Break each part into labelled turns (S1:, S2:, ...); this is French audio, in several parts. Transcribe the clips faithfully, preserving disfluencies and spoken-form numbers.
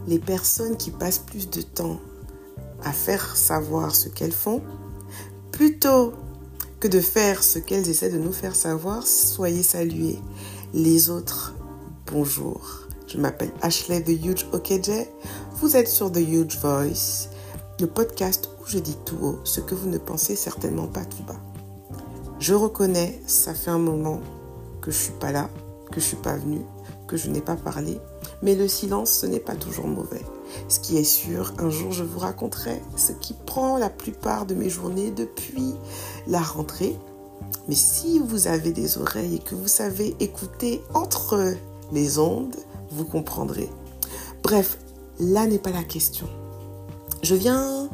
S1: les personnes qui passent plus de temps à faire savoir ce qu'elles font, plutôt que de faire ce qu'elles essaient de nous faire savoir, soyez salués. Les autres, bonjour. Je m'appelle Ashley The Huge Okeje. Vous êtes sur The Huge Voice, le podcast où je dis tout haut ce que vous ne pensez certainement pas tout bas. Je reconnais, ça fait un moment que je suis pas là, que je suis pas venue, que je n'ai pas parlé, mais le silence, ce n'est pas toujours mauvais. Ce qui est sûr, un jour je vous raconterai ce qui prend la plupart de mes journées depuis la rentrée. Mais si vous avez des oreilles et que vous savez écouter entre les ondes, vous comprendrez. Bref, là n'est pas la question. Je viens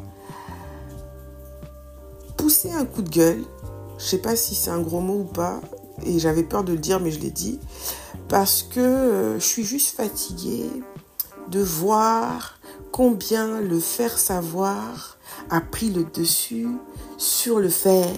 S1: pousser un coup de gueule. Je ne sais pas si c'est un gros mot ou pas, et j'avais peur de le dire, mais je l'ai dit, parce que euh, je suis juste fatiguée de voir combien le faire savoir a pris le dessus sur le faire.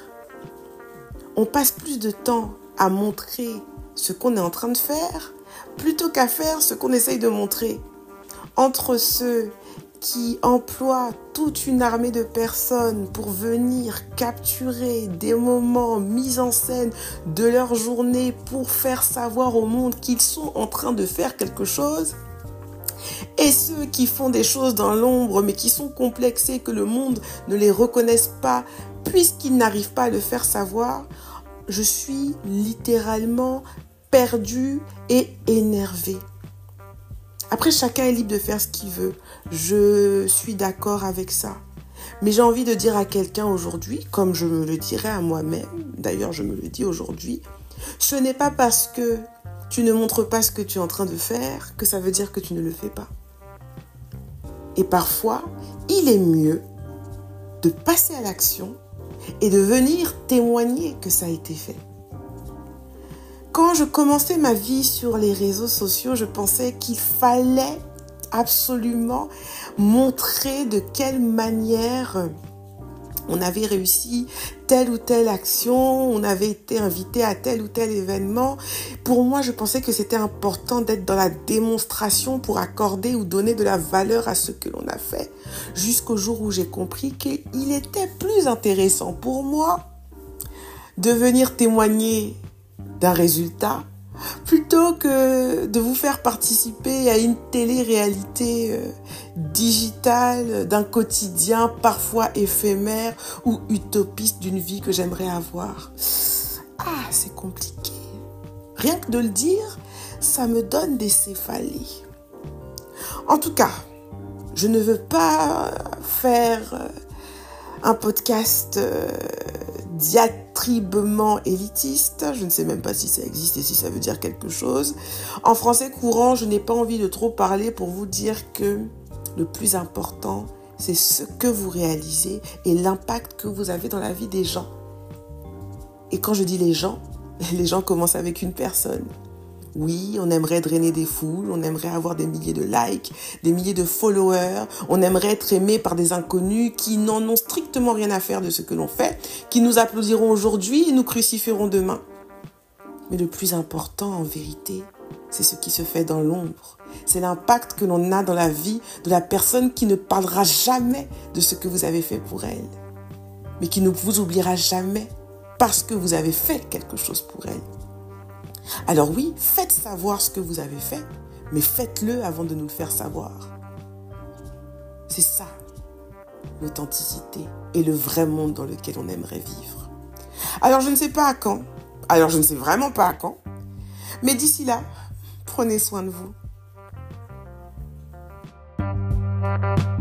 S1: On passe plus de temps à montrer ce qu'on est en train de faire plutôt qu'à faire ce qu'on essaye de montrer. Entre ceux qui emploient toute une armée de personnes pour venir capturer des moments mis en scène de leur journée pour faire savoir au monde qu'ils sont en train de faire quelque chose, et ceux qui font des choses dans l'ombre mais qui sont complexés que le monde ne les reconnaisse pas puisqu'ils n'arrivent pas à le faire savoir, je suis littéralement perdue et énervée. Après, chacun est libre de faire ce qu'il veut. Je suis d'accord avec ça. Mais j'ai envie de dire à quelqu'un aujourd'hui, comme je me le dirais à moi-même, d'ailleurs je me le dis aujourd'hui, ce n'est pas parce que tu ne montres pas ce que tu es en train de faire que ça veut dire que tu ne le fais pas. Et parfois, il est mieux de passer à l'action et de venir témoigner que ça a été fait. Quand je commençais ma vie sur les réseaux sociaux, je pensais qu'il fallait absolument montrer de quelle manière on avait réussi telle ou telle action, on avait été invité à tel ou tel événement. Pour moi, je pensais que c'était important d'être dans la démonstration pour accorder ou donner de la valeur à ce que l'on a fait, jusqu'au jour où j'ai compris qu'il était plus intéressant pour moi de venir témoigner d'un résultat plutôt que de vous faire participer à une télé-réalité euh, digitale d'un quotidien parfois éphémère ou utopiste d'une vie que j'aimerais avoir. Ah, c'est compliqué. Rien que de le dire, ça me donne des céphalées. En tout cas, je ne veux pas faire euh, un podcast euh, diatribement élitiste, je ne sais même pas si ça existe et si ça veut dire quelque chose. En français courant, je n'ai pas envie de trop parler pour vous dire que le plus important, c'est ce que vous réalisez et l'impact que vous avez dans la vie des gens. Et quand je dis les gens, les gens commencent avec une personne. Oui, on aimerait drainer des foules, on aimerait avoir des milliers de likes, des milliers de followers, on aimerait être aimé par des inconnus qui n'en ont strictement rien à faire de ce que l'on fait, qui nous applaudiront aujourd'hui et nous crucifieront demain. Mais le plus important, en vérité, c'est ce qui se fait dans l'ombre. C'est l'impact que l'on a dans la vie de la personne qui ne parlera jamais de ce que vous avez fait pour elle, mais qui ne vous oubliera jamais parce que vous avez fait quelque chose pour elle. Alors oui, faites savoir ce que vous avez fait, mais faites-le avant de nous le faire savoir. C'est ça, l'authenticité et le vrai monde dans lequel on aimerait vivre. Alors je ne sais pas à quand, alors je ne sais vraiment pas à quand, mais d'ici là, prenez soin de vous.